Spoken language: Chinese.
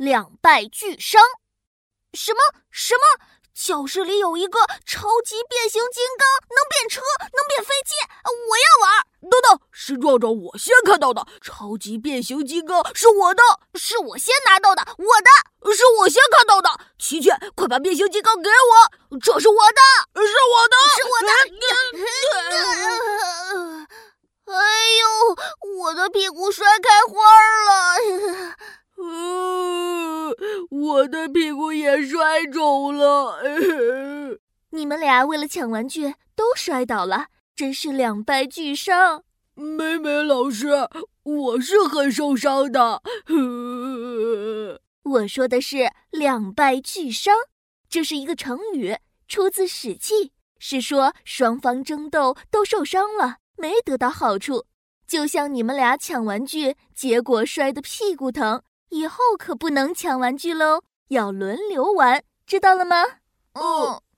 两败俱伤。什么？教室里有一个超级变形金刚，能变车，能变飞机，我要玩！ 等等，是壮壮我先看到的，超级变形金刚是我的， 是我先拿到的，我的， 是我先看到的。琪琪，快把变形金刚给我，这是我的，是我的， 是我的。哎呦，我的屁股摔开花了。 我的屁股也摔肿了。 你们俩为了抢玩具都摔倒了，真是两败俱伤。 美美老师，我是很受伤的。 我说的是两败俱伤，这是一个成语，出自《史记》，是说双方争斗都受伤了，没得到好处。就像你们俩抢玩具，结果摔得屁股疼，以后可不能抢玩具喽，要轮流玩，知道了吗？